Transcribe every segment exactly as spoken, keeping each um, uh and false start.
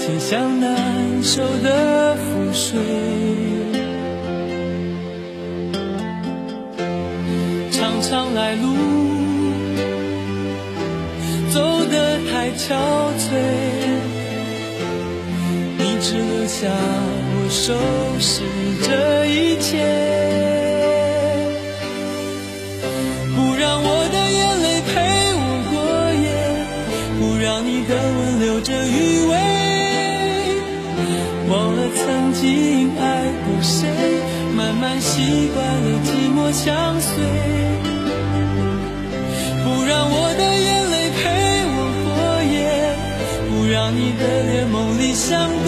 情像难收的覆水，常常来路走得太憔悴，你只留下我收拾这一切，不让我的眼泪陪我过夜，不让你的吻留着余味，忘了曾经爱过谁，慢慢习惯了寂寞相随，不让我的眼泪陪我过夜，不让你的脸梦里相对，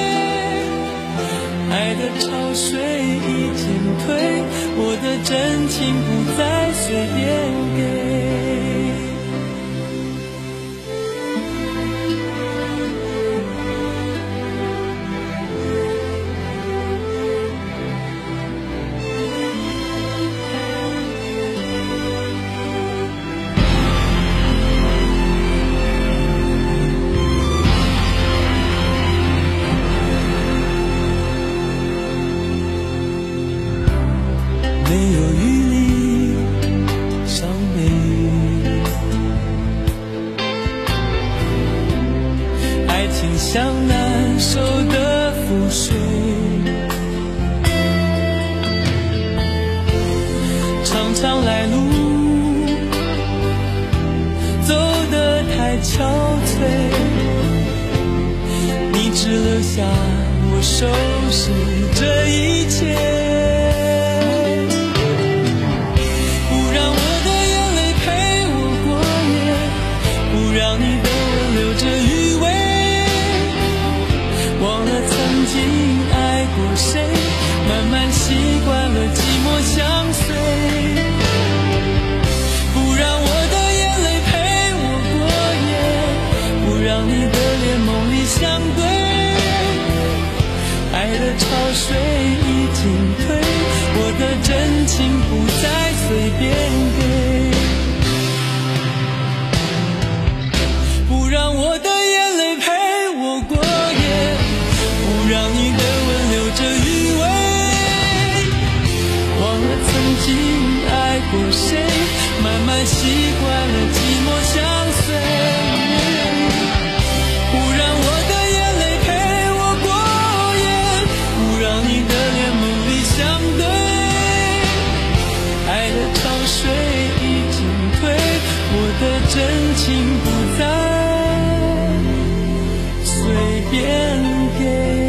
爱的潮水已经退，我的真情不再随便给。没有余力伤悲，爱情像难收的覆水，常常来路走得太憔悴，你只留下我收拾这一切，让你的吻留着余味，忘了曾经爱过谁，慢慢习惯了寂寞相随，不让我的眼泪陪我过夜，不让你的脸梦里相对，爱的潮水已经退，我的真情不再随便给，让我的眼泪陪我过夜，不让你的吻留着余味，忘了曾经爱过谁，慢慢习惯了寂寞相随，不让我的眼泪陪我过夜，不让你的脸梦里相对，爱的潮水已经退，我的真情不再随便给。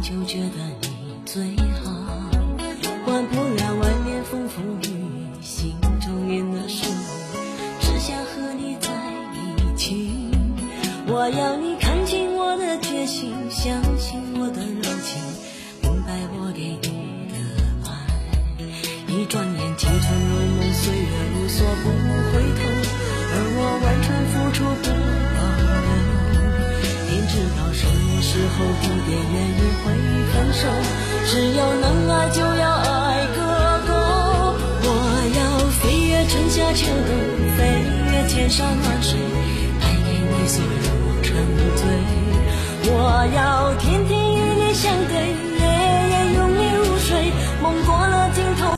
就觉得你最好，管不了外面风风雨雨，心中云的是你，只想和你在一起。我要你看清我的决心，相信我的柔情，明白我给你的爱。一转眼青春如梦，岁月如梭不回头，而我完全付出不保留。天知道什么时候地点原因会分手，只要能爱就要爱个够。我要飞越春夏秋冬，飞越千山万水，带给你所有沉醉。我要天天与你相对，